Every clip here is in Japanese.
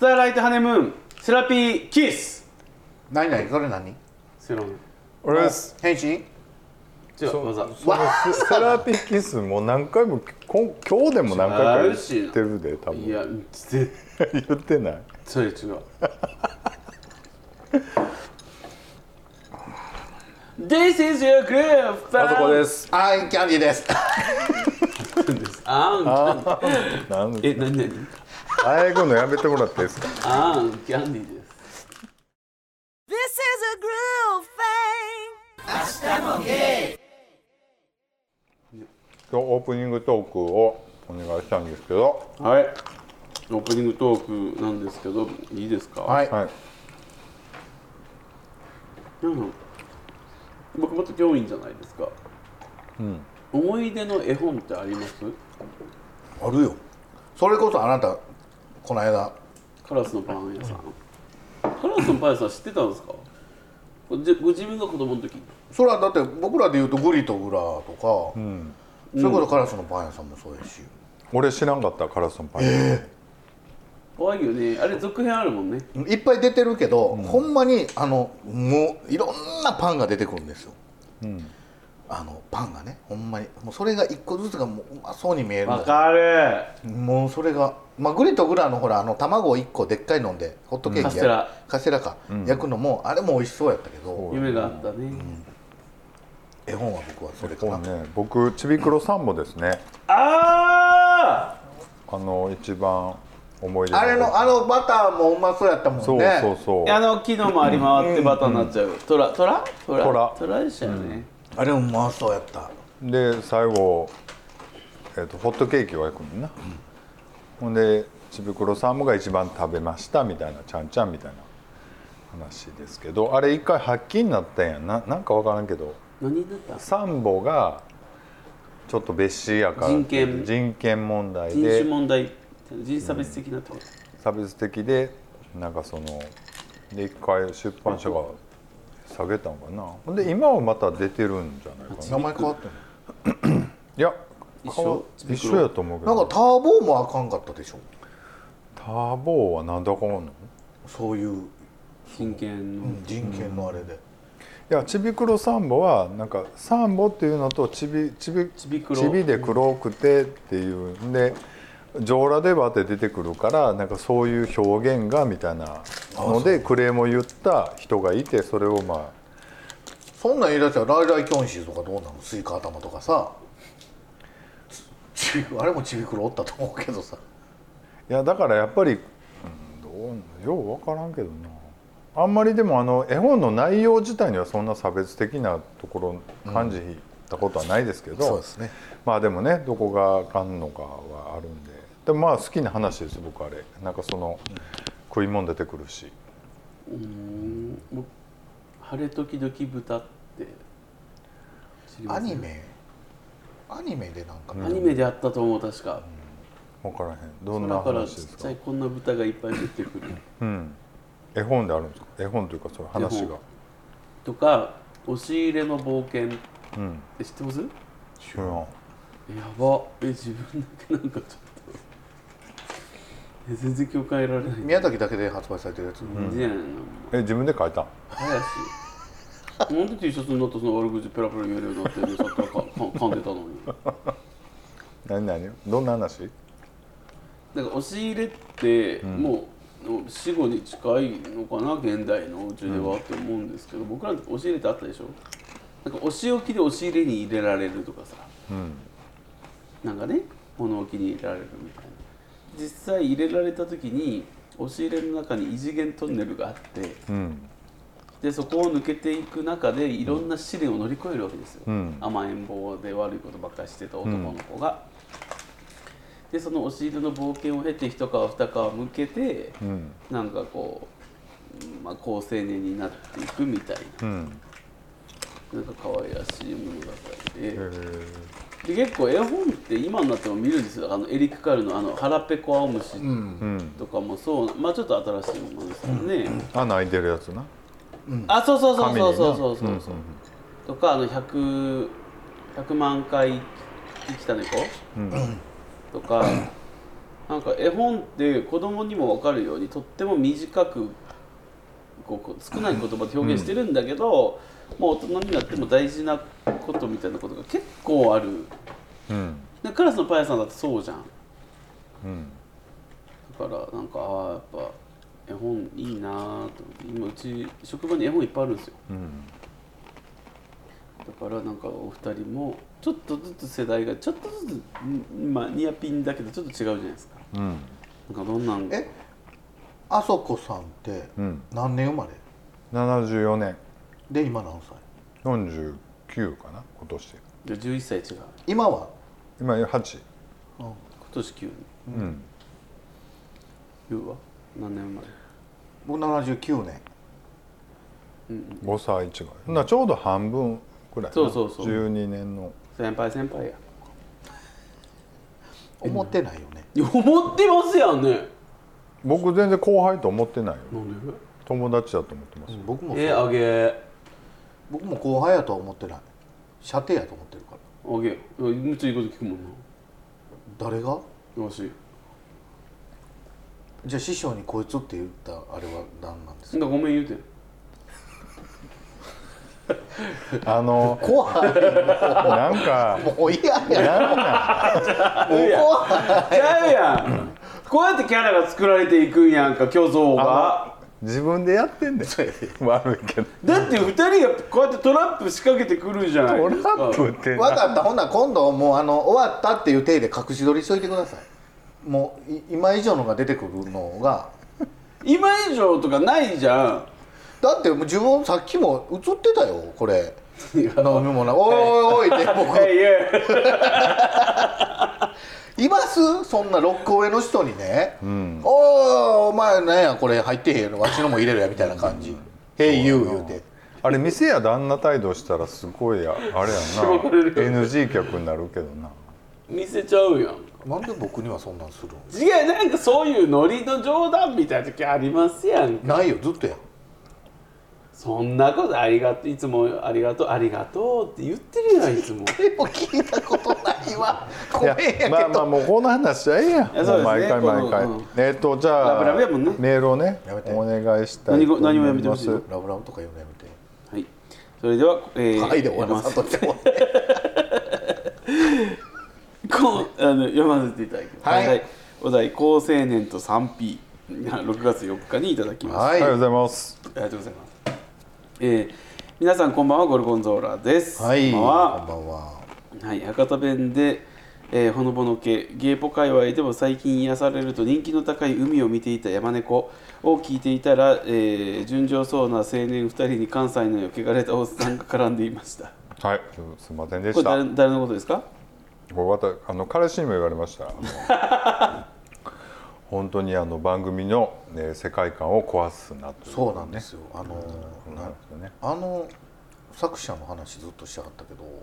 ターライトハネムーンセラピーキス。 何それ何？ セラミ俺です。 変身？ 違う技。 セラピーキスも何回も今日でも何回か言ってるで多分。 いや絶対言ってない。 それ違う。This is your groove。 あそこです。 アイキャンディーです。 なんでえ、何？ あえぐのやめてもらっていいですか。 キャンディーです。 This is a groove thing。明日もゲイ。 今日オープニングトークをお願いしたいんですけど。 はい。オープニングトークなんですけど、いいですか？ はい。 はい。 僕も教員じゃないですか。 うん。 思い出の絵本ってあります？ あるよ。それこそあなたこの間カラスのパン屋さん。カラスのパン屋さん知ってたんですか？ご自分が子供の時。 それはだって僕らで言うとグリとグラとか、それこそカラスのパン屋さんもそうやし、 俺知らんかったカラスのパン。 怖いよね。あれ続編あるもんね。 いっぱい出てるけど、ほんまにもういろんなパンが出てくるんですよ。パンがね、ほんまにもうそれが一個ずつがもううまそうに見えるの。 わかる。 もうそれが、グリとグラのほら卵を1個でっかいのんでホットケーキカステラか、焼くのもあれも美味しそうやったけど、 夢があったね。 絵本は僕はそれかな。 ね、僕ちびくろサンボですね。一番思い出あれのバターもうまそうやったもんね。 そう木の周り回ってバターになっちゃう。トラでしたよね。 あれもうまそうやった。 で最後、ホットケーキを焼くのな、ほんでちびくろさんもが一番食べましたみたいなちゃんちゃんみたいな話ですけど、あれ一回発禁になったんやなんか分からんけど、 何だった？ サンボがちょっと別紙やから人権問題で人種問題、人種差別的なところ、 差別的でなんかで一回出版社が下げたのかな。ほんで今はまた出てるんじゃないかな。 名前変わってんの？ いや一緒やと思うけど、 なんかターボーもあかんかったでしょ。 ターボーはなんであかんの？ そういう人権のあれで。 いやちびくろサンボはなんかサンボっていうのとちびで黒くてっていうんで上裸でバって出てくるから、なんかそういう表現がみたいなのでクレームを言った人がいて、それをそんなん言い出したらライライキョンシーとかどうなの？スイカ頭とかさ、あれもちびくろおったと思うけどさ。 いやだからやっぱり、よう分からんけどな。あんまりでも絵本の内容自体にはそんな差別的なところ感じたことはないですけど、 そうですね。 まあでもね、どこがあかんのかはあるんで、でも好きな話です僕あれ。なんか食い物出てくるし。 晴れ時々豚ってアニメでなんか、 アニメであったと思う確か。 分からへん。どんな話ですか？ ちっちゃいこんな豚がいっぱい出てくる。 絵本であるんですか？絵本というかそういう話が。 とか押し入れの冒険って知ってます？ 知らん。 やば。自分だけなんかちょっと全然共感得られない。 宮崎だけで発売されてるやつ。 自分で書いたん？ 怪しい。なんで T シャツになったその悪口ペラペラ言えるようになってるの？さっきから噛んでたのに。 何どんな話？ だから押し入れってもう死後に近いのかな、現代のお家ではって思うんですけど、僕ら押し入れってあったでしょ。なんかお仕置きで押し入れに入れられるとかさ、なんかね物置に入れられるみたいな。実際入れられた時に押し入れの中に異次元トンネルがあって、でそこを抜けていく中でいろんな試練を乗り越えるわけですよ。甘えん坊で悪いことばっかりしてた男の子が。でその押し入れの冒険を経て一皮二皮むけて、なんか好青年になっていくみたいな、なんか可愛らしい物語で、結構絵本って今になっても見るんですよ。エリック・カールの腹ペコ青虫とかもそう、ちょっと新しいものですよね。 泣いてるやつな。 そうとか100万回生きた猫とかなんか絵本って子供にも分かるようにとっても短くこう少ない言葉で表現してるんだけど、もう大人になっても大事なことみたいなことが結構ある。でカラスのパン屋さんだってそうじゃん。だからなんかやっぱ絵本いいなと思って、今うち職場に絵本いっぱいあるんですよ。だからなんかお二人もちょっとずつ世代がちょっとずつまあニアピンだけどちょっと違うじゃないですか。なんかどんなんあそこさんって何年生まれ 74年で今何歳 49かな今年。 じゃあ11歳違う。 今は今8。 今年9。ゆうは何年生まれ？ 僕79年。 5歳違う。なちょうど半分くらい。 そうそうそう。 12年の先輩や。 思ってないよね。 思ってますやんね。 僕全然後輩と思ってないよ。 なんで？ 友達だと思ってます。 僕もそう。 あげ。 僕も後輩やとは思ってない。射程やと思ってるから。 あげ。めっちゃいいこと聞くもんな。 誰が？ よし。 じゃあ師匠にこいつって言ったあれは何なんですか？ ごめん言うてん。 怖い。 なんかもう嫌や。 なんなんもう怖い。 ちゃうやん。こうやってキャラが作られていくんやんか、巨像が。 自分でやってんねん。悪いけど。 だって2人がこうやってトラップ仕掛けてくるじゃないですか。 トラップって分かった。ほんなら今度もう終わったっていう体で隠し撮りしといてください。もう今以上のが出てくるのが。 今以上とかないじゃん。 だってもう自分さっきも映ってたよこれ。飲み物おいおいおいって僕。いますそんな6個上の人にね、お前なんやこれ入ってへんのわしのも入れるやみたいな感じ。へい言うて。 あれ店や旦那態度したらすごいあれやんな NG 客になるけどな。 見せちゃうやん。 なんで僕にはそんなんするの？ 違う、なんかそういうノリの冗談みたいな時ありますやん。 ないよずっとやん。 そんなこといつもありがとうって言ってるやんいつも。 でも聞いたことないわ。ごいやめんやけど。 まあもうこの話はええやん。 いやそうですね毎回毎回。じゃあラブラブやもんねメールをねやめてお願いしたいと思います。 何をやめてほしいの？ ラブラブとか言うのやめて。 はい。それでははいで終わらさんとっても。 読ませていただきます。 はいお題高青年と 3P 6月4日にいただきました。 はいありがとうございます。 ありがとうございます。皆さんこんばんは、ゴルゴンゾーラです。 はい。 こんばんは。 こんばんは。 はい、博多弁で、ほのぼの系ゲーポ界隈でも最近癒されると人気の高い海を見ていた山猫を聞いていたら、純情そうな青年2人に関西の汚れたおっさんが絡んでいました。 はい、すみませんでこれした。 誰のことですか？ これ彼氏にも言われました。本当に番組の、世界観を壊すなという、ね、 そうなんですよ。 ね、 作者の話ずっとしたかったけど、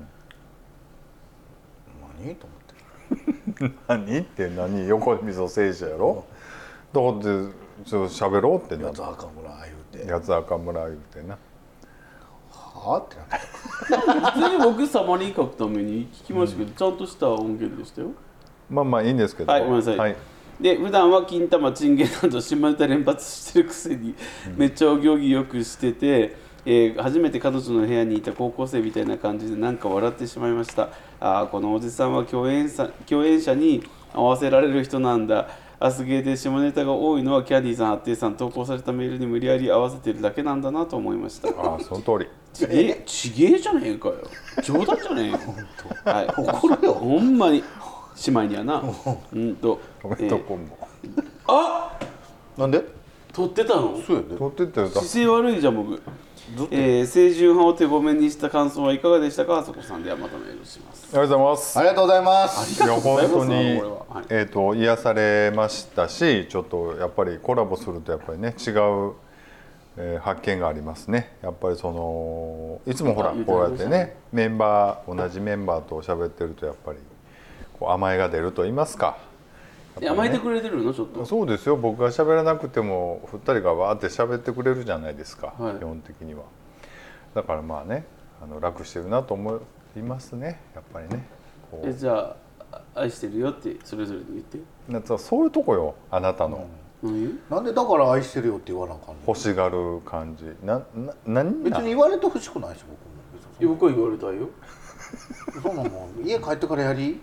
何と思って。 何横溝聖者やろ。だってちょっと喋ろうってなって。 八つ墓村言うて。 八つ墓村言うてな。 はあってなった。 普通に僕サマリー書くために聞きましたけど、ちゃんとした音源でしたよ。 まあいいんですけど。 はい、ごめんなさい。 はい、 で普段は金玉チンゲなど下ネタ連発してるくせにめっちゃお行儀よくしてて、初めて彼女の部屋にいた高校生みたいな感じでなんか笑ってしまいました。このおじさんは共演者に合わせられる人なんだ。アスゲーで下ネタが多いのはキャディさん、アッティさん投稿されたメールに無理やり合わせてるだけなんだなと思いました。 その通り。 ちげえじゃねえかよ。冗談じゃねえよ。はい、 怒るよ。 ほんまに姉妹にはな。 コメントコンボ。 あ、 なんで？ 撮ってたの？ そうやで。 撮ってたよ。 姿勢悪いじゃん僕。清純派を手ごめにした感想はいかがでしたか？あそこさんではまたメールします。 ありがとうございます。 ありがとうございます。 いや本当にこれは癒されましたし、ちょっとやっぱりコラボするとやっぱりね違う、発見がありますね。やっぱりいつもほらこうやってね同じメンバーと喋ってるとやっぱりこう甘えが出ると言いますか。 甘えてくれてるのちょっと。 そうですよ。僕が喋らなくても2人がわーって喋ってくれるじゃないですか、 はい基本的には。だからまあね楽してるなと思いますねやっぱりね。 じゃあ愛してるよってそれぞれに言って。 だからそういうとこよあなたの、 なんでだから愛してるよって言わなあかんの。 欲しがる感じ何別に言われてほしくないし僕は言われたいよ。 僕も。そんなもん家帰ってからやり。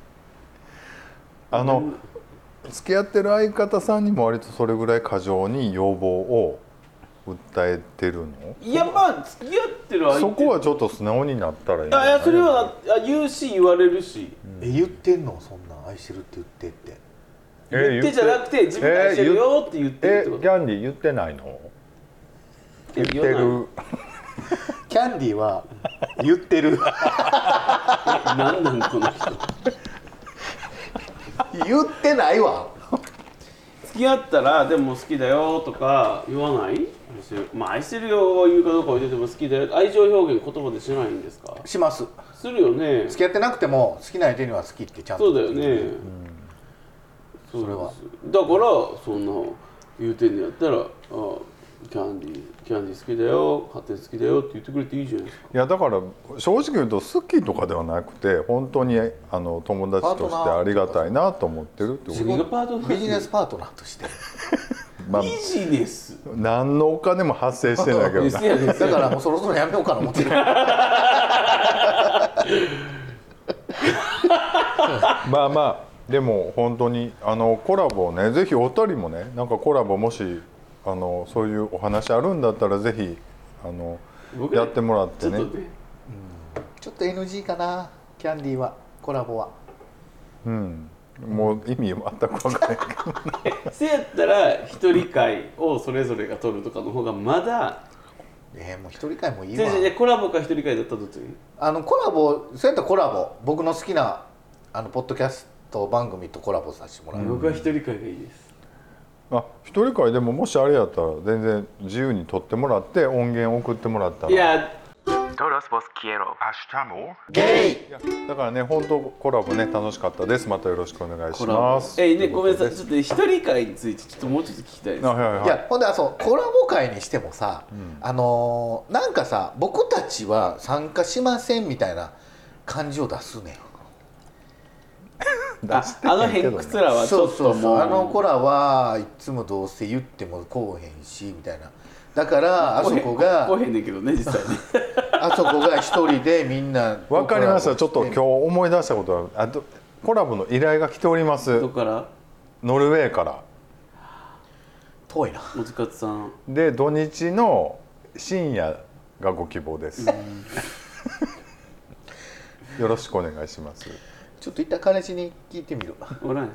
付き合ってる相方さんにも割とそれぐらい過剰に要望を訴えてるの？ いやまあ付き合ってる相手そこはちょっと素直になったらいいんじゃない？ いやそれは言うし言われるし、 言ってんのそんなん愛してるって言ってって。 言ってじゃなくて自分が愛してるよって言ってるってこと。 ギャンディ言ってないの？言ってる。 キャンディーは言ってる。 何なんこの人。 言ってないわ。 付き合ったらでも好きだよとか言わない？まあ愛してるよ言うかどうか置いてても好きだよ愛情表現言葉でしないんですか？ します。 するよね。 付き合ってなくても好きな相手には好きってちゃんと。 そうだよね。 それはだからそんな言うてんのやったらキャンディー好きだよ勝手に好きだよって言ってくれていいじゃないですか。 いやだから正直言うと好きとかではなくて本当に友達としてありがたいなと思ってるってこと。 自分がパートナービジネスパートナーとして。 ビジネス何のお金も発生してないけどな。 だからもうそろそろやめようかな思ってる。 まあまあでも本当にコラボをねぜひお二人もねなんかコラボもしそういうお話あるんだったらぜひやってもらってね。 ちょっと NG かなキャンディーはコラボは。 もう意味全く分からないけど。 せやったら一人会をそれぞれが取るとかの方がまだ。 もう一人会もいいわ。 コラボか一人会だったらどっち？ コラボそうやったらコラボ僕の好きなポッドキャスト番組とコラボさせてもらう。 僕は一人会がいいです。 一人会でももしあれやったら全然自由に撮ってもらって音源送ってもらったら。 いや Todos vos quiero. ゲイ。 だからね本当コラボね楽しかったです。またよろしくお願いします。 ねごめんなさいちょっと一人会についてちょっともうちょっと聞きたいです。 いやほんでコラボ会にしてもさ、なんかさ僕たちは参加しませんみたいな感じを出すねん。 偏屈らはちょっともう子らはいつもどうせ言ってもこうへんしみたいな。だからあそこがこうへんねんけどね実際に。 あそこが一人でみんなわかりました。ちょっと今日思い出したことはコラボの依頼が来ております。 どこから？ ノルウェーから。 遠いな。 おじかつさんで土日の深夜がご希望です。よろしくお願いします。 ちょっと一旦彼氏に聞いてみる。 おらん。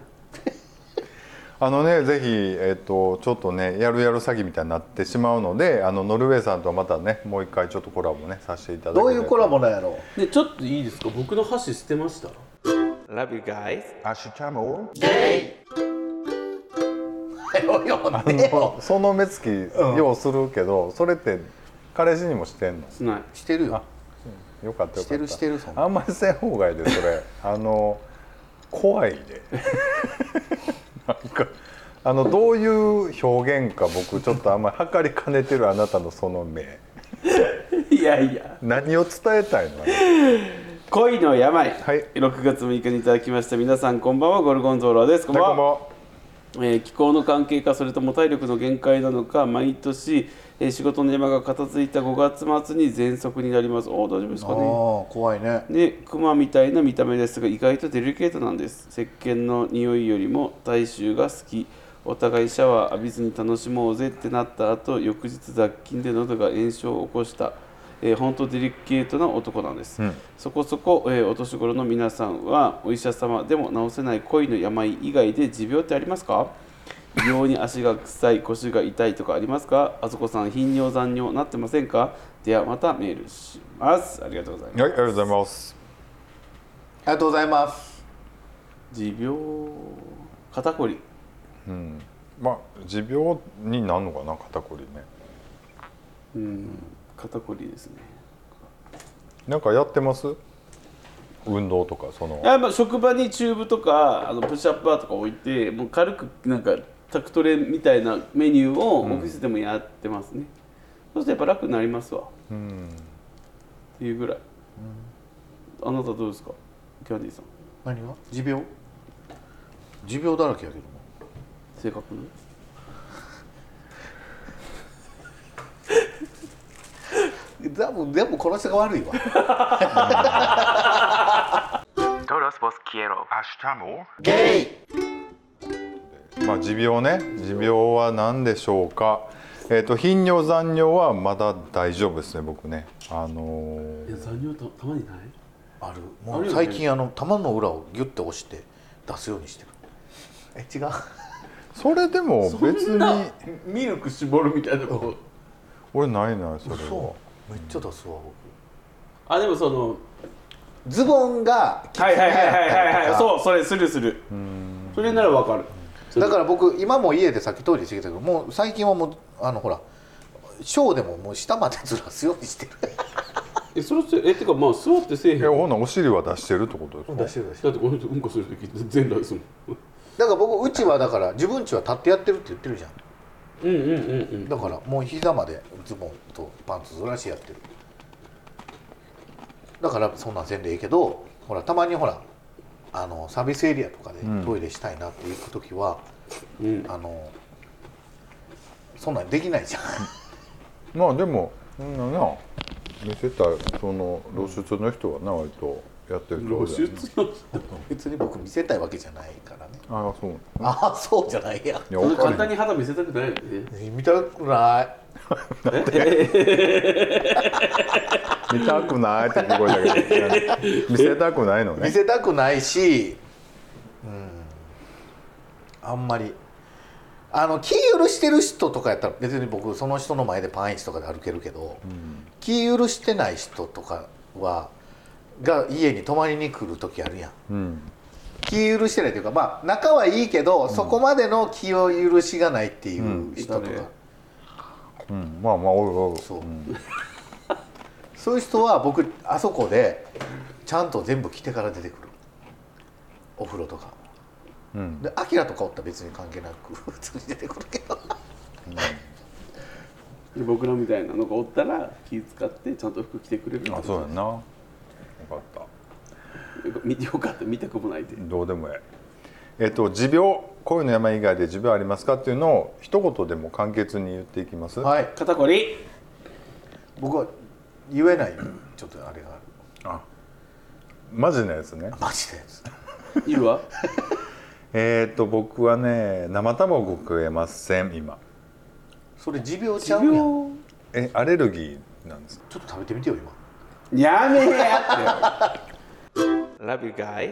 ぜひ、ちょっとねやる詐欺みたいになってしまうのでノルウェーさんとはまたねもう一回ちょっとコラボねさせていただいて。 どういうコラボなんやろう。でちょっといいですか僕の箸捨てました。Love you guys。 ゲイ。 その目つきようするけど、それって彼氏にもしてんの？ しない。 してるよ。 よかったよかった。 してるあんまりせん方がいいでそれ怖いで。なんかどういう表現か僕ちょっとあんまり測りかねてるあなたのその目。 いやいや。 何を伝えたいの？ 恋の病。 はい。 6月6日にいただきました。皆さんこんばんはゴルゴンゾーラです。こんばんは。 こんばんは。 気候の関係かそれとも体力の限界なのか毎年、仕事の山が片付いた5月末に喘息になります。大丈夫ですかね。 怖いね。 でクマみたいな見た目ですが意外とデリケートなんです。石鹸の匂いよりも体臭が好き。お互いシャワー浴びずに楽しもうぜってなった後翌日雑菌で喉が炎症を起こした、本当デリケートな男なんです、そこそこ、お年頃の皆さんはお医者様でも治せない恋の病以外で持病ってありますか？異様に足が臭い腰が痛いとかありますか？あそこさん頻尿残尿なってませんか？ではまたメールします。ありがとうございます。 はい、ありがとうございます。 ありがとうございます。 持病肩こり。 まあ持病になるのかな肩こりね。 肩こりですね。 なんかやってます？運動とか職場にチューブとかプッシュアップバーとか置いてもう軽くなんかタクトレみたいなメニューをオフィスでもやってますね。そうするとやっぱ楽になりますわ。っていうぐらい。あなたどうですかキャンディーさん？ 何が持病だらけやけども性格でもこの人が悪いわ Todos vos quiero. ゲイまあ持病ね、持病は何でしょうか。頻尿残尿はまだ大丈夫ですね、僕ね。 いや残尿たまにないあるもうあるよね最近玉の裏をギュッて押して出すようにしてる違うそれでも別そんなにミルク絞るみたいなこと俺ないなそれは。 そうめっちゃ出すわ僕あでもそのズボンがきつめはいはいはいはいやったりとかはいそうそれするそれならわかるだから僕今も家でさっきトイレしてきたけどもう最近はもうほらショーでももう下までずらすようにしてるそれっててかまあ座ってせえへんほなお尻は出してるってことですか。 出してるだってこの人うんこするとき全裸ですもんだから僕うちはだから自分ちは立ってやってるって言ってるじゃんうんうんうんうんだからもう膝までズボンとパンツずらしてやってるだからそんなんせんでいいけどほらたまにほらサービスエリアとかでトイレしたいなって行く時は、そんなんできないじゃんまあでもそんなな見せたその露出の人はな割とやってる人露出の別に僕見せたいわけじゃないからねああそう。 ああそうじゃないやいやそんな分かる簡単に肌見せたくないよね見たくない見たくないって聞こえたけど見せたくないの見ね。 せたくないし、あんまり気許してる人とかやったら別に僕その人の前でパンイチとかで歩けるけど、気許してない人とかが家に泊まりに来る時あるやん、気許してないというかまあ仲はいいけど、そこまでの気を許しがないっていう人とか、 まあまあおるそう、そういう人は僕あそこでちゃんと全部着てから出てくるお風呂とか、でアキラとかおったら別に関係なく普通に出てくるけどで僕らみたいなのがおったら気使ってちゃんと服着てくれるあそうやんな。分かった見てよかった見たくもないでどうでもええ。持病恋の病以外で持病ありますかっていうのを一言でも簡潔に言っていきます。 はい肩こり僕は言えないちょっとあれがあるあマジなやつね。 マジでやつ言うわ僕はね生卵食えません今。 それ持病ち持ゃうやん病アレルギーなんですか。 ちょっと食べてみてよ今やめえやって Love you guys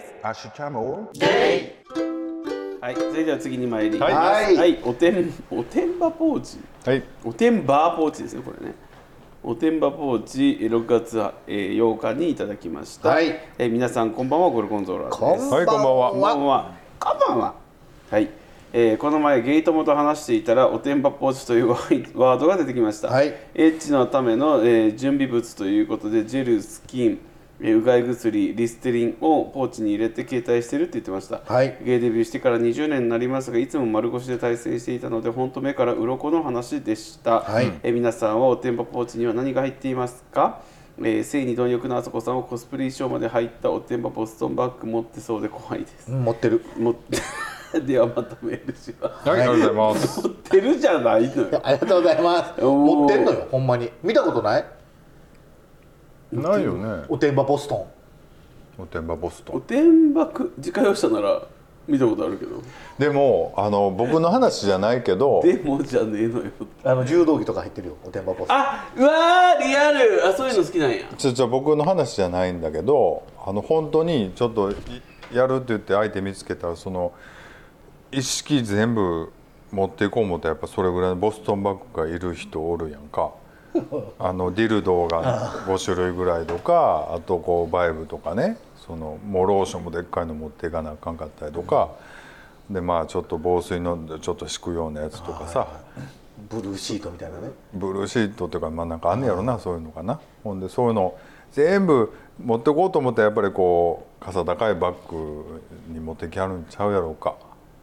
はいそれでは次に参りますはいはいおてんばポーチはいおてんばーポーチですねこれねおてんばポーチ6月8日にいただきました、 はい皆さんこんばんはゴルゴンゾーラですはいこんばんはこんばんはこんばんははいこの前ゲイ友と話していたらおてんばポーチというワードが出てきました、 はいエッチのための、準備物ということでジェル、スキン、うがい薬、リステリンをポーチに入れて携帯してるって言ってました、 はいゲイデビューしてから20年になりますがいつも丸腰で対戦していたので本当目から鱗の話でした、 はい皆さんはおてんばポーチには何が入っていますか、性に貪欲なあそこさんはコスプレ衣装まで入ったおてんばボストンバッグ持ってそうで怖いです、 持ってるではまたメールしますはい、ありがとうございます。 持ってるじゃないのよありがとうございます持ってんのよほんまに見たことないないよね。 おてんばボストンおてんばボストおン。 てんばく自家用車なら見たことあるけどでも僕の話じゃないけど、 でもじゃねえのよ柔道着とか入ってるよおてんばボストンあうわーリアルそういうの好きなんや僕の話じゃないんだけど、本当にちょっとやるって言って相手見つけたらその意識全部持っていこう思ったらやっぱそれぐらいのボストンバッグがいる人おるやんか。ディルドが5種類ぐらいとか、あとこうバイブとかね、もうローションもでっかいの持っていかなあかんかったりとか、でまあちょっと防水のちょっと敷くようなやつとかさ、 ブルーシートみたいなねブルーシートっていうかまあなんかあんねやろな、そういうのかな。ほんでそういうの全部持ってこうと思ったらやっぱりこう傘高いバッグに持ってきはるんちゃうやろうか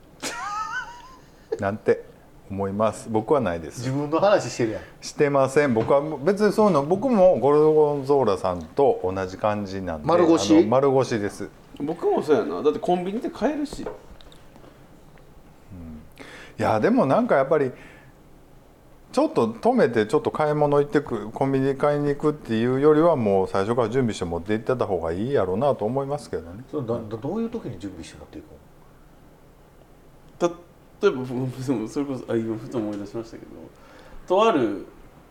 なんて思います。僕はないです。 自分の話してるやんしてません。僕は別にそういうの僕もゴルゴンゾーラさんと同じ感じなんで。 丸腰丸腰です。 僕もそうやな。だってコンビニで買えるし。 いやでもなんかやっぱりちょっと止めてちょっと買い物行ってくコンビニ買いに行くっていうよりはもう最初から準備して持って行ってた方がいいやろうなと思いますけどね。 それどういう時に準備して持っていくの？ 例えばそれこそ今ふと思い出しましたけど、とある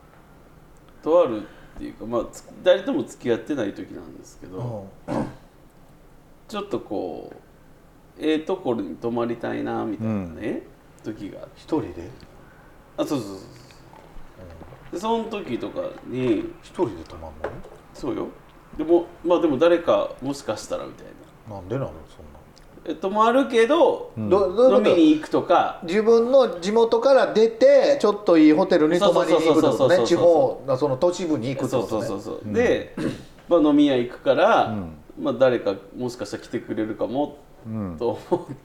っていうか、まあ誰とも付き合ってない時なんですけど、ちょっとこうところに泊まりたいなみたいなね、時が一人で？ そう、でその時とかに一人で泊まんの？ そうよ。でもまあでも誰かもしかしたらみたいな。 なんでなのそんな？ 泊まるけど、飲みに行くとか、 自分の地元から出てちょっといいホテルに泊まりに行くってことね。地方その都市部に行くってことね。 そう、で、まあ、飲み屋行くから、まあ、誰かもしかしたら来てくれるかも、と思って、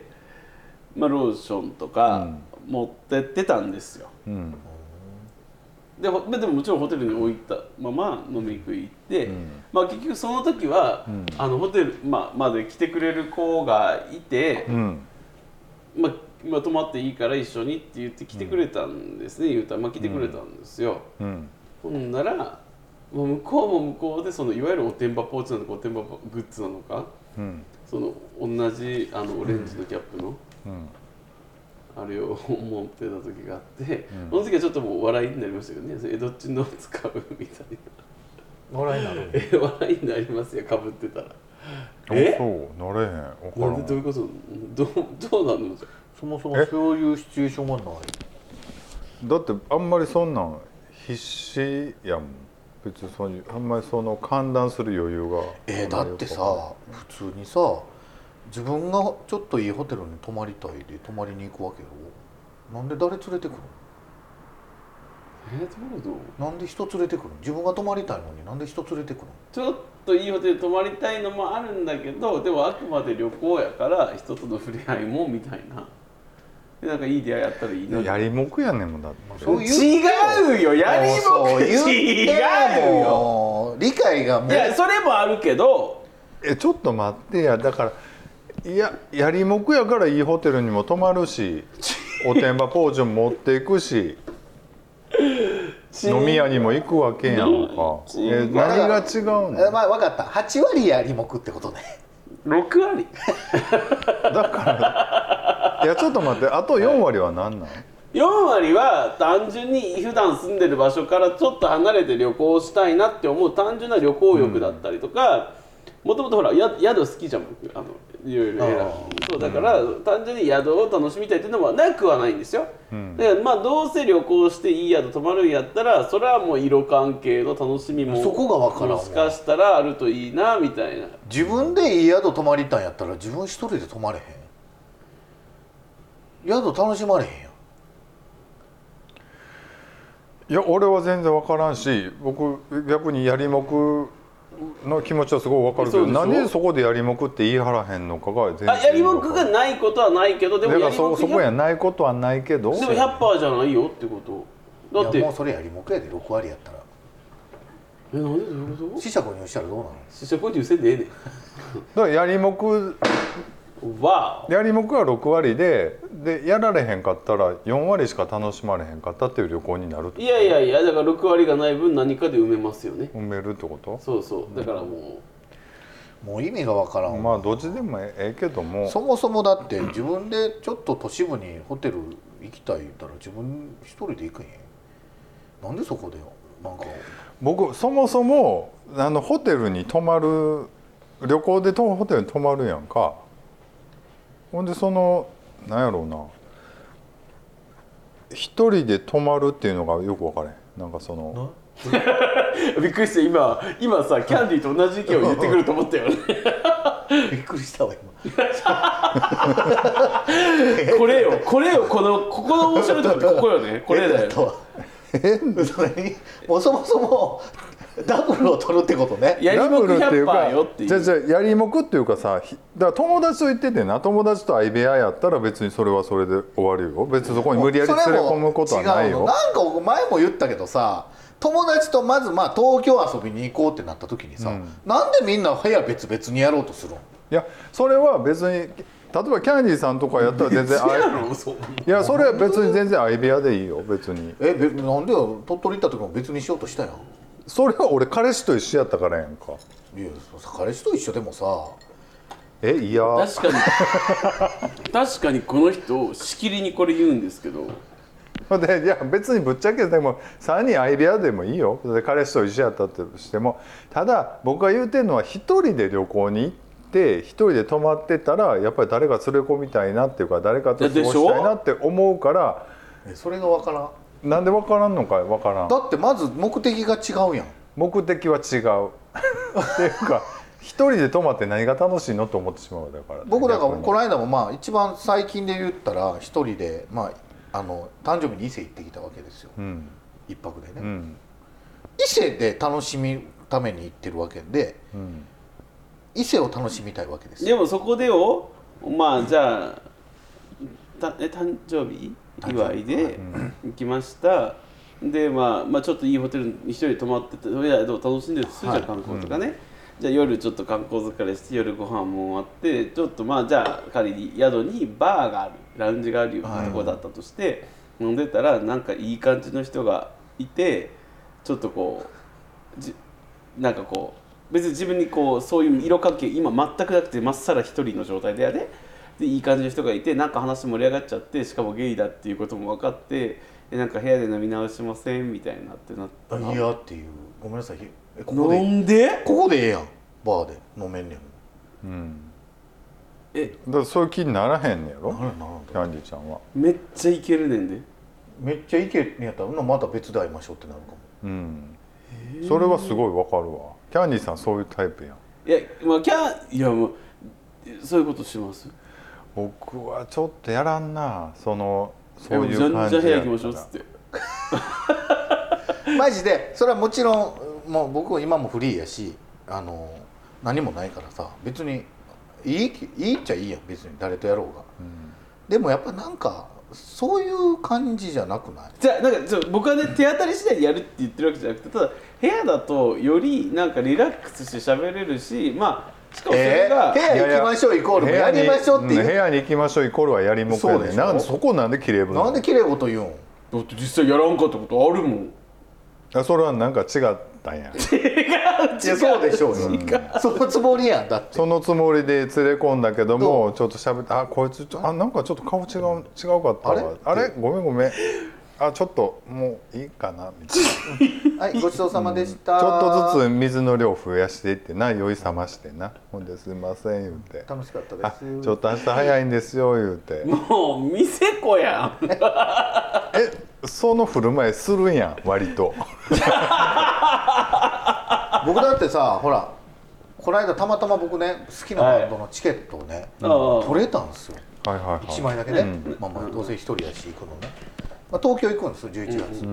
まあ、ローションとか持ってってたんですよ。でももちろんホテルに置いたまま飲み食い行って、まあ、結局その時は、ホテル、まで来てくれる子がいて、まあ、泊まっていいから一緒にって言って来てくれたんですね、言うたら、まあ、来てくれたんですよ。ほんなら向こうも向こうでそのいわゆるおてんばポーチなのかおてんばグッズなのか、その同じオレンジのキャップの。あれを持ってた時があって、その時はちょっともう笑いになりましたけどね、どっちの使うみたいな。笑いになる？笑いになりますよ、かぶってたら。 そうなれへん。 なんでどういうこと？どうなの？ そもそもそういうシチュエーションはない。 だってあんまりそんなん必死やもん。別にそういうあんまりその歓談する余裕が。 だってさ、普通にさ。自分がちょっといいホテルに泊まりたいで泊まりに行くわけよ。なんで誰連れてくるの？ どういうこと？ なんで人連れてくるの？自分が泊まりたいのになんで人連れてくるの？ ちょっといいホテル泊まりたいのもあるんだけど、でもあくまで旅行やから人との触れ合いもみたいな。でなんかいい出会いあったらいいな。 やりもくやねんもんだって。 そう違うよ、やりもく違うよ。 理解がもう。 いやそれもあるけど。 ちょっと待ってや、だからやりもくやからいいホテルにも泊まるしおてんばポーチも持っていくし飲み屋にも行くわけやんか。何が違うの？ まあ分かった、8割やりもくってことね。 6割だからいやちょっと待って、あと4割は何なの ？4割は単純に普段住んでる場所からちょっと離れて旅行したいなって思う単純な旅行欲だったりとか、もともとほら宿好きじゃん僕、いろいろ選ぶ。そうだから単純に宿を楽しみたいっていうのはなくはないんですよ。だからまあどうせ旅行していい宿泊まるんやったらそれはもう色関係の楽しみもそこが分からんわ。 もしかしたらあるといいなみたいな。 自分でいい宿泊まりたいんやったら自分一人で泊まれへん。宿楽しまれへんやん。 いや俺は全然分からんし、僕逆にやりもくの気持ちはすごい分かるけど、何でそこでやりもくって言い張らへんのかが全然。 やりもくがないことはないけど、でもやりもくそこやないことはないけど、 でも 100% じゃないよってこと。だっていやもうそれやりもくやで6割やったら。 なんでどういうこと？ 四捨五入したらどうなの？ 四捨五入せんでええねん。 だからやりもくは 6割でやられへんかったら4割しか楽しまれへんかったっていう旅行になる。 いやだから6割がない分何かで埋めますよね。 埋めるってこと？ そうだからもう意味がわからん。 まあどっちでもええけども、 そもそもだって自分でちょっと都市部にホテル行きたい言ったら自分一人で行くんやん。なんでそこでよ。なんか僕そもそもホテルに泊まる、旅行でホテルに泊まるやんか。ほんでなんやろうな、一人で泊まるっていうのがよく分からへん。なんかびっくりして今さキャンディーと同じ意見を言ってくると思ったよね。 びっくりしたわ今。これよここの面白いとこってここよね。これだよ。 もうそもそもダブルを取るってことね。 やりもく 100% よっていう。 じゃやりもくっていうかさ、だから友達と行っててな、友達と相部屋やったら別にそれはそれで終わるよ。別にそこに無理やり連れ込むことはないよ。 なんか前も言ったけどさ、友達とまず東京遊びに行こうってなった時にさ、なんでみんな部屋別々にやろうとするの？ いやそれは別に例えばキャンディーさんとかやったら全然いやそれは別に全然相部屋でいいよ別に。 なんでよ、鳥取行った時も別にしようとしたやん。 それは俺彼氏と一緒やったからやんか。 いや彼氏と一緒でもさ、 いや確かにこの人しきりにこれ言うんですけど、 でいや別にぶっちゃけでも3人相部屋でもいいよ。で彼氏と一緒やったとしても、ただ僕が言うてるのは一人で旅行に行って一人で泊まってたらやっぱり誰か連れ込みたいなっていうか誰かと過ごしたいなって思うから。 それが分からん。 なんで分からんのか分からん。 だってまず目的が違うやん。 目的は違うっていうか一人で泊まって何が楽しいのと思ってしまうだから、ね、 僕だからこの間もまあ一番最近で言ったら一人でまあ誕生日に伊勢行ってきたわけですよ、一泊でね、伊勢で楽しむために行ってるわけで、伊勢を楽しみたいわけですよ。 でもそこでまあじゃあ誕生日祝いで行きました、でまあちょっといいホテルに一人で泊まっててとりあえず楽しんでるとするじゃん、観光とかね、じゃあ夜ちょっと観光疲れして夜ご飯も終わってちょっとまあじゃあ仮に宿にバーがあるラウンジがあるようなところだったとして、飲んでたらなんかいい感じの人がいてちょっとこうなんかこう別に自分にこうそういう色関係今全くなくてまっさら一人の状態でやでいい感じの人がいてなんか話盛り上がっちゃってしかもゲイだっていうことも分かってなんか部屋で飲み直しませんみたいなってなったらいやっていう、ごめんなさい、 なんでここでええやん、バーで飲めんねん。 だからそういう気にならへんねやろなるキャンディーちゃんは。 めっちゃイケるねんで。 めっちゃイケんやったらまた別で会いましょうってなるかも。 それはすごいわかるわ。キャンディーさんそういうタイプやん。 いやまあもうそういうことします。 僕はちょっとやらんな、そういう感じじゃあ部屋行きましょうっつってマジでそれはもちろんもう僕は今もフリーやし何もないからさ別にいいっちゃいいやん別に誰とやろうが、でもやっぱなんかそういう感じじゃなくない？ じゃあなんか僕はね手当たり次第でやるって言ってるわけじゃなくて、ただ部屋だとよりなんかリラックスして喋れるし、まあしかもそれが、 部屋行きましょうイコールやりましょうっていう、 部屋に行きましょうイコールはやりもくやねん。なんでそこなんで綺麗ぶなんで綺麗事言うん？ だって実際やらんかったことあるもん。 それはなんか違ったんや。 いやそうでしょうよ、そのつもりやん。だってそのつもりで連れ込んだけどもちょっと喋って、こいつなんかちょっと顔違うかったわ、あれごめんちょっともういいかなみたいなはいごちそうさまでした、 ちょっとずつ水の量増やしていってな、酔い覚ましてな、ほんですいません言うて、 楽しかったです、 ちょっと明日早いんですよ言うて、 もう店子やんその振る舞いするんやん割と僕だってさほらこの間たまたま僕ね好きなバンドのチケットをね、取れたんですよ、1枚だけね、まあどうせ一人やし行くのね、東京行くんですよ11月、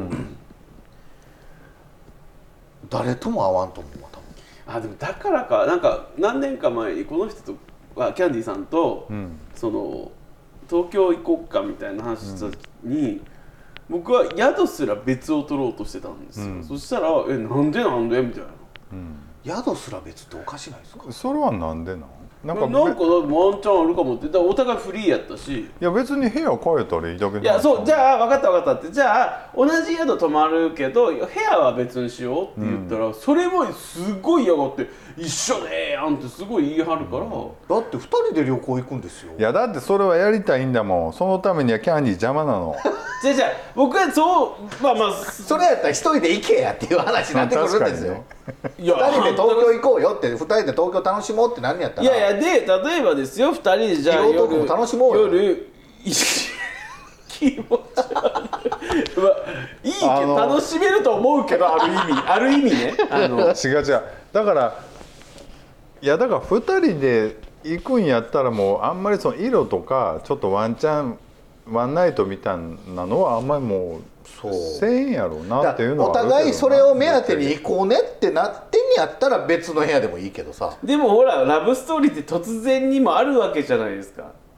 誰とも会わんと思うわ多分。 でもだからかなんか何年か前にこの人とキャンディーさんと、その東京行こうかみたいな話した時に、僕は宿すら別を取ろうとしてたんですよ、そしたらなんでみたいな、 宿すら別っておかしないですか？ それはなんでなんかワンチャンあるかもって、だからお互いフリーやったし、 いや別に部屋変えたらいいだけいやそうじゃあ分かったって、じゃあ同じ宿泊まるけど部屋は別にしようって言ったら、それもすごい嫌がって一緒でやんってすごい言い張るから、 だって2人で旅行行くんですよ。 いやだってそれはやりたいんだもん、そのためにはキャンディー邪魔なのじゃあ僕はそうそれやったら1人で行けやっていう話になってくるんですよ、 いや 2人で東京行こうよって2人で東京楽しもうって何やったら、 いやで例えばですよ2人でじゃあ色男も楽しもうよ夜気持ち悪い、いいけど楽しめると思うけどある意味ね違うだから2人で行くんやったらもうあんまりその色とかちょっとワンナイトみたいなのはあんまりもうせんやろうなっていうのはお互いそれを目当てに行こうねってなってんやったら別の部屋でもいいけどさ、 でもほらラブストーリーって突然にもあるわけじゃないですか。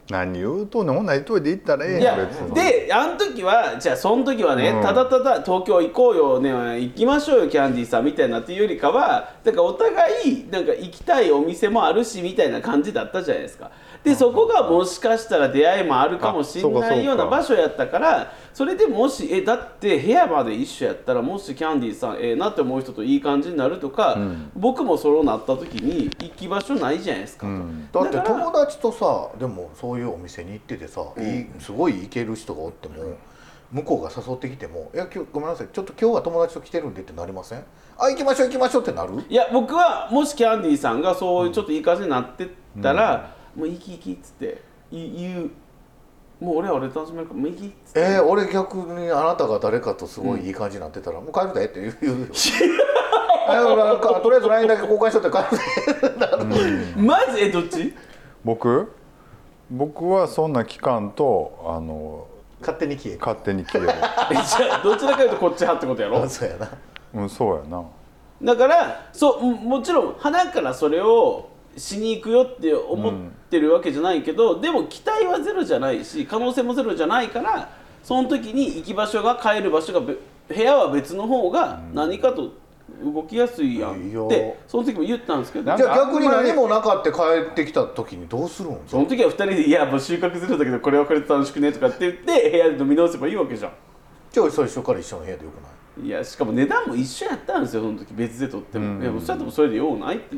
何言うとんねん、ほんなら一人で行ったらええいややん別に。 であの時はじゃあその時はね、ただただ東京行こうよね行きましょうよキャンディーさんみたいなっていうよりかはだからお互いなんか行きたいお店もあるしみたいな感じだったじゃないですか。でそこがもしかしたら出会いもあるかもしれないような場所やったから、それでもしだって部屋まで一緒やったらもしキャンディーさんなって思う人といい感じになるとか、僕もそうなった時に行き場所ないじゃないですか、 だって友達とさでもそういうお店に行っててさ、すごい行ける人がおっても、向こうが誘ってきても「いや今日ごめんなさいちょっと今日は友達と来てるんで」ってなりません？あ行きましょう行きましょうってなる？ いや僕はもしキャンディーさんがそういうちょっといい感じになってたら、もう行き行きっつって言う。もう俺は俺楽しめるからもう行きっつって。 俺逆にあなたが誰かとすごいいい感じになってたら、もう帰るでって言うよ。とりあえず LINE だけ交換しとって帰るで。 マジどっち？ 僕はそんな期間と勝手に消える。 勝手に消える。 じゃあどちらかというとこっち派ってことやろ？ そうやな。 そうやな。 だからもちろん鼻からそれをしに行くよって思ってるわけじゃないけど、でも期待はゼロじゃないし可能性もゼロじゃないから、その時に行き場所が帰る場所が部屋は別の方が何かと動きやすいやんってその時も言ったんですけど、 じゃあ逆に何もなかって帰ってきた時にどうするん？ その時は2人で「いやもう収穫するんだけどこれはこれで楽しくね」とかって言って部屋で飲み直せばいいわけじゃん。 じゃあ最初から一緒の部屋でよくない？ いやしかも値段も一緒やったんですよその時別で取っても。いやもうそれともそれでようないって言って。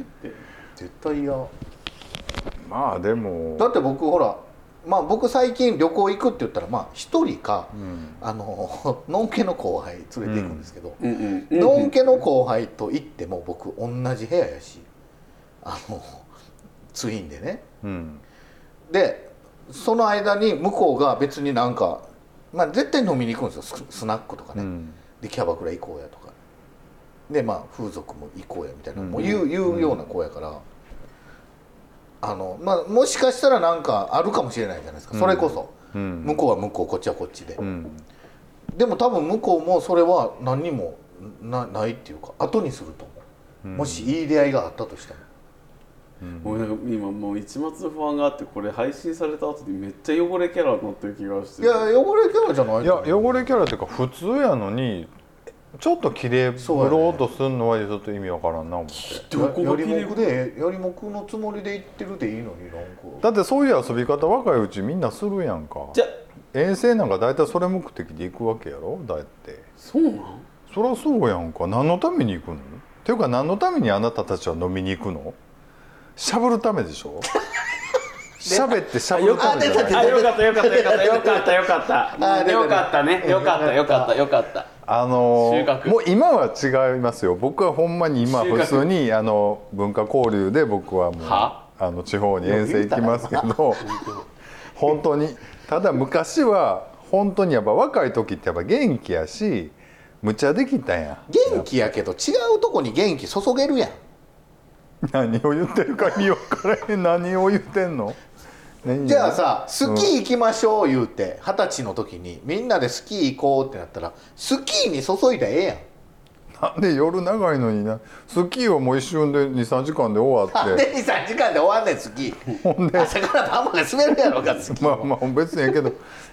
絶対嫌。 まあでもだって僕ほら僕最近旅行行くって言ったら一人か、のんけの後輩連れて行くんですけど、のんけの後輩と行っても僕同じ部屋やしツインでね、でその間に向こうが別になんか、絶対飲みに行くんですよスナックとかね、でキャバクラ行こうやとかで風俗も行こうやみたいなもう言うような子やから。もしかしたらなんかあるかもしれないじゃないですか、それこそ、向こうは向こうこっちはこっちで、でも多分向こうもそれは何にもないっていうか後にすると思う、もしいい出会いがあったとしても、 俺なんか今もう一末の不安があってこれ配信された後にめっちゃ汚れキャラになってる気がして。 いや汚れキャラじゃないと思う。 いや汚れキャラっていうか普通やのにちょっと綺麗ぶろうとするのはちょっと意味わからんな思って。 やりもくのつもりで言ってるでいいのになんか。 だってそういう遊び方若いうちみんなするやんか。 じゃ遠征なんか大体それ目的で行くわけやろだって。 そうなん？ そりゃそうやんか。何のために行くの？っていうか何のためにあなたたちは飲みに行くの？しゃぶるためでしょ？喋ってしゃぶるためじゃない。 よかったよかったよかったよかったよかったよかったねよかったよかったよかった。 もう今は違いますよ。僕はほんまに今普通に文化交流で僕はもう地方に遠征行きますけど本当にただ昔は本当にやっぱ若い時ってやっぱ元気やし無茶できたやん。 元気やけど違うとこに元気注げるやん。 何を言ってるかに分からへん。何を言ってんの？ じゃあさスキー行きましょう言うて20歳の時にみんなでスキー行こうってなったらスキーに注いだらええやん。 なんで夜長いのにな。スキーはもう一瞬で 2,3 時間で終わって。 なんで 2,3 時間で終わんねんスキー。 ほんで朝から晩まで滑るやろかスキー。 まあ別にええけど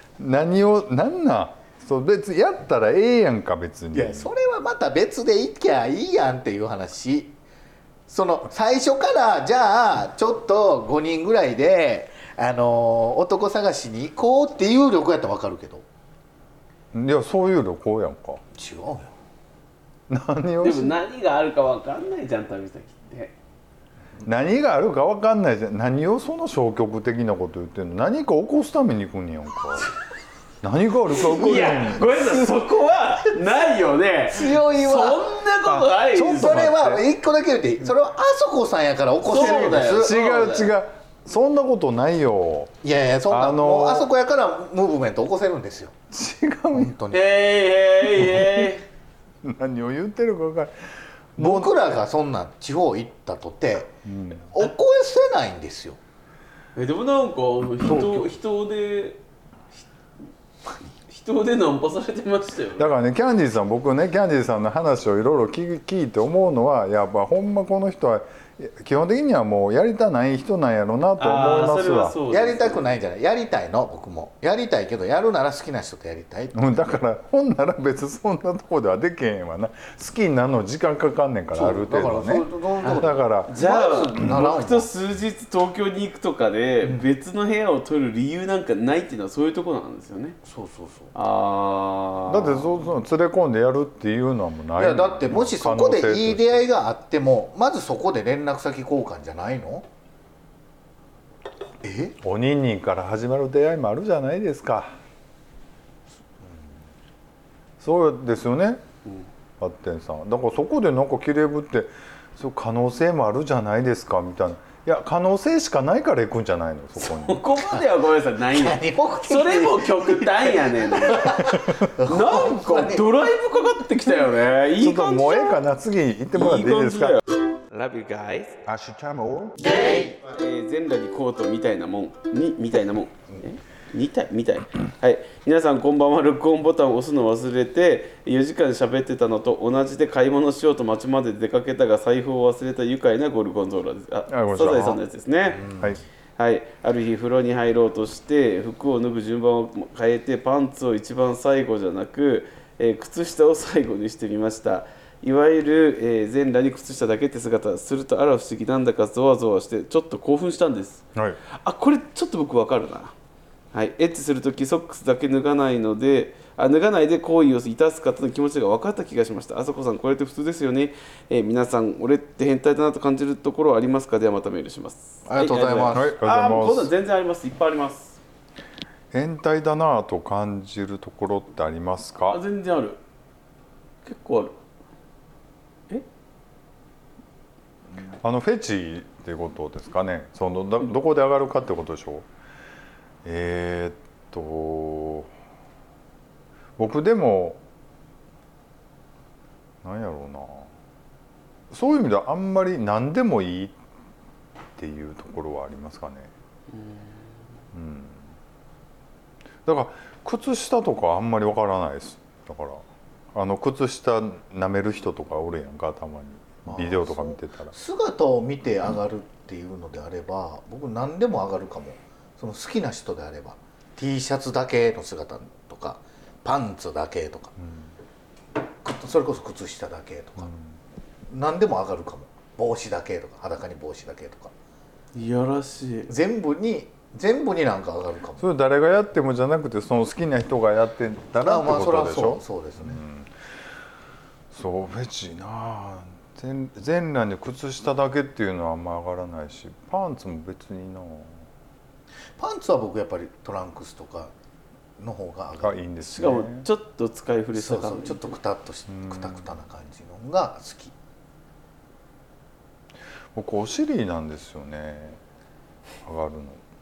そう別にやったらええやんか別に。 いやそれはまた別で行きゃいいやんっていう話。その最初からじゃあちょっと5人ぐらいで男探しに行こうっていう旅行やったら分かるけど。 いやそういう旅行やんか。 違うよ。 何をでも何があるかわかんないじゃん旅先って。 何があるか分かんないじゃん。何をその消極的なこと言ってんの。何か起こすために行くんやんか。何があるか分かんない。 いやごめんなさいそこはないよね。 強いわ。 そんなことないですよ。 それは1個だけ言っていい。それはあそこさんやから起こせるんです。 違うそんなことないよ。 いやいやそんな、もうあそこやからムーブメント起こせるんですよ。 違う本当に。 何を言ってるか分からない。 僕らがそんな地方行ったとて、起こせないんですよ。 でもなんか人でナンパされてましたよ。 だからね僕ねキャンディーさんの話をいろいろ聞いて思うのはやっぱほんまこの人は基本的にはもうやりたない人なんやろうなと思いますわ。 やりたくないんじゃない、やりたいの。僕もやりたいけど、やるなら好きな人とやりたい。 だからほんなら別にそんなとこではできへんわな。好きになるの時間かかんねんから、ある程度ね。だからじゃあ僕と数日東京に行くとかで別の部屋を取る理由なんかないっていうのはそういうところなんですよね。 そうそうそう。 だってそう連れ込んでやるっていうのはもうない。 いやだってもしそこでいい出会いがあっても、まずそこで連絡先交換じゃないの？ おにんにんから始まる出会いもあるじゃないですか。そうですよね、発展さん。だからそこでなんかきれいぶってそう可能性もあるじゃないですかみたいな。いや可能性しかないから行くんじゃないの、そこに。 ここまではごめんなさいないねん。それも極端やねん。なんかドライブかかってきたよね。いい感じ。 ちょっともうええかな、次行ってもらっていいですか。 Love you guys。 アシュチャモ全裸にコートみたいなもんみたいなもん。みたいはい、皆さんこんばんは。録音ボタンを押すの忘れて4時間喋ってたのと同じで買い物しようと街まで出かけたが財布を忘れた愉快なゴルゴンゾーラです。サザエさんのやつですね。はい、ある日風呂に入ろうとして服を脱ぐ順番を変えてパンツを一番最後じゃなく、靴下を最後にしてみました。いわゆる、全裸に靴下だけって姿するとあら不思議、なんだかゾワゾワしてちょっと興奮したんです。これちょっと僕わかるな。はい、エッチするときソックスだけ脱がないで行為をいたす方の気持ちが分かった気がしました。あそこさん、これって普通ですよね。皆さん、俺って変態だなと感じるところはありますか？ではまたメールします。 ありがとうございます。 もうこんなん全然あります。いっぱいあります。 変態だなと感じるところってありますか？ 全然ある。結構ある。 フェチってことですかね。どこで上がるかってことでしょう。僕でもなんやろうな、そういう意味ではあんまり何でもいいっていうところはありますかね。だから靴下とかあんまりわからないです。だから靴下舐める人とかおるやんか、たまにビデオとか見てたら。 姿を見て上がるっていうのであれば僕何でも上がるかも。その好きな人であれば T シャツだけの姿とかパンツだけとか、それこそ靴下だけとか、何でも上がるかも。帽子だけとか裸に帽子だけとか、 いやらしい。 全部になんか上がるかも。 それ誰がやってもじゃなくてその好きな人がやってたらってことでしょ。 そうですね。 そうフェチな。全裸に靴下だけっていうのはあんま上がらないし、パンツも別にな。 パンツは僕やっぱりトランクスとかの方が上がる。 いいんですね。しかもちょっと使い古した感じ。 ちょっとくたっとしくたくたな感じのが好き。 僕お尻なんですよね、上がるの。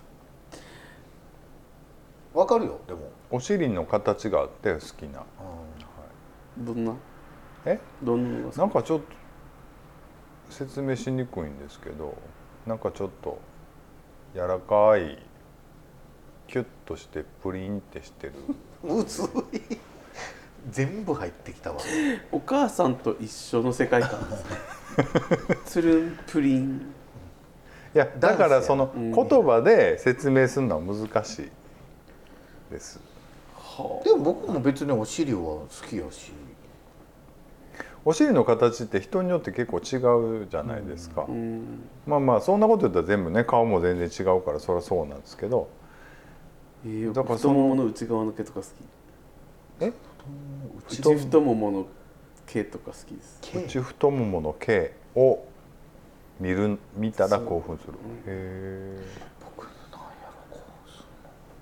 わかるよ。でもお尻の形があって好きな。 どんな？どんな？ なんかちょっと説明しにくいんですけど、なんかちょっと柔らかいキュッとしてプリンってしてる。 むずい。全部入ってきたわ。 お母さんと一緒の世界観ですね。つるんプリン。 いやだからその言葉で説明するのは難しいです。 でも僕も別にお尻は好きやし。 お尻の形って人によって結構違うじゃないですか。まあそんなこと言ったら全部ね、顔も全然違うからそりゃそうなんですけど。 だから太ももの内側の毛とか好き。内太ももの毛とか好きです。 内太ももの毛を見たら興奮する。 僕なんやろ、興奮する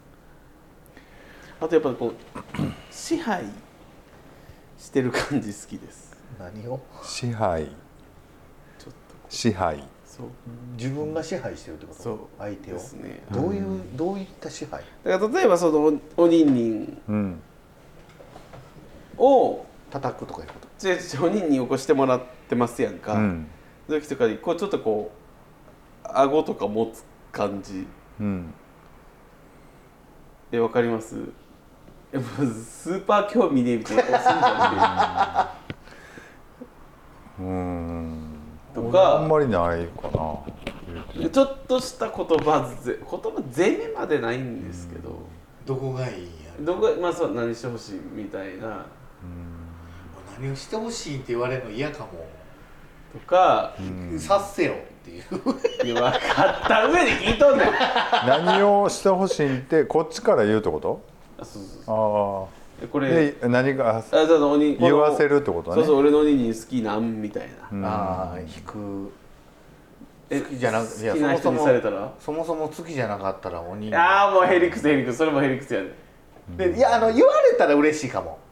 の。あとやっぱこう支配してる感じ好きです。 何を？ 支配。 ちょっと支配。 そう。自分が支配してるってこと？ そう。 相手を。 ですね。 どういった支配？ だから例えばそのおにんにんを叩くとかいうこと？ おにんにんを起こしてもらってますやんか。そういう時とかにこうちょっとこう顎とか持つ感じ。わかります？スーパー興味ねえみたいな顔するんじゃん。 おかあんまりないかな。 ちょっとした言葉攻めまでないんですけど、 どこがいいんやどこまあそう何してほしいみたいな何をしてほしいって言われるの嫌かも。 とか、 察せよっていう。 いや分かった上で聞いとんねん。 何をしてほしいってこっちから言うってこと？ あそうそうあそう。こあ。 れで何が言わせるってことね。 そうそう俺のおにぎり好きなんみたいな。 ああ引く。好きじゃなく好きな人にされたらそもそも好きじゃなかったらおにぎり。 ああもうヘリクスそれもヘリクスやね。 でいや言われたら嬉しいかも。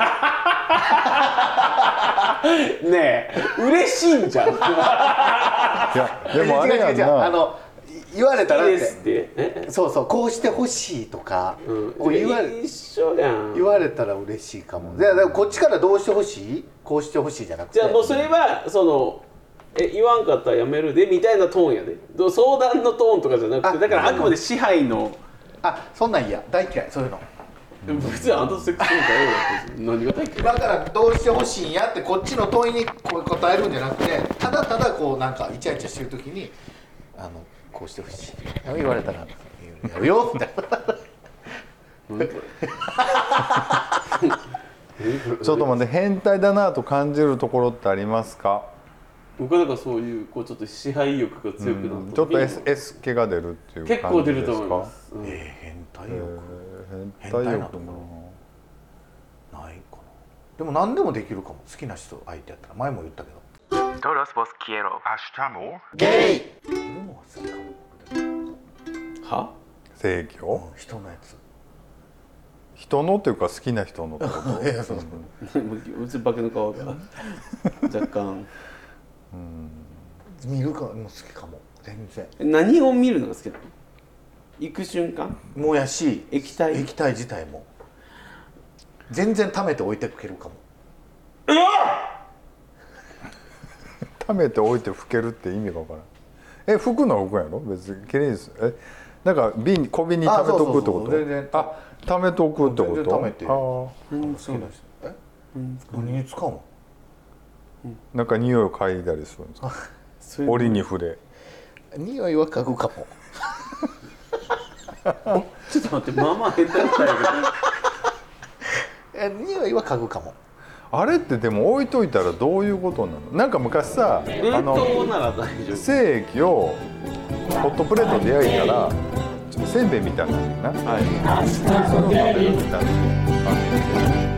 ねえ嬉しいんじゃん。 いやでもあれやんな。 言われたらってってそうこうしてほしいとか、 一緒やん。 言われたら嬉しいかも。でこっちからどうしてほしいこうしてほしいじゃなくて、 じゃあもうそれはその言わんかったらやめるでみたいなトーンやで。相談のトーンとかじゃなくて、だからあくまで支配の。 そんなん嫌、大嫌いそういうの。 別にあんたセックスみたいな何が大嫌い。 だからどうしてほしいんやってこっちの問いに答えるんじゃなくて、ただただこうなんかイチャイチャしてる時にこうしてほしい言われたらやるよみたいな。 ちょっと待って、変態だなと感じるところってありますか？ 僕はなんかそういうちょっと支配欲が強くなった、 ちょっと S 気が出るっていう感じですか？ 結構出ると思います。 変態欲、 変態欲ないかな。でも何でもできるかも。好きな人相手やったら。前も言ったけど Todos vos quiero. ゲイいるのは好きかも。 は正義人のやつ。 人のっていうか好きな人のってこと？ いやそううち化けの皮が若干見るかも好きかも。全然何を見るのが好きなの？行く瞬間もうやし液体自体も全然貯めて置いてくけるかも。 貯めておいて拭けるって意味がわからん。拭くのは拭くんやろ別にきれいです。なんか小瓶に貯めとくってこと？ 全然貯めとくってこと？ 全然貯めて好きな人何に使うの？ なんか匂いを嗅いだりするんですか？折に触れ。 匂いは嗅ぐかも。 ちょっと待って、まあまあ変態みたいだけど匂いは嗅ぐかも。 あれってでも置いといたらどういうことなの？なんか昔さ冷凍なら大丈夫。 精液をホットプレートで焼いたらせんべいみたいになるな。はい。それを食べるみたいな。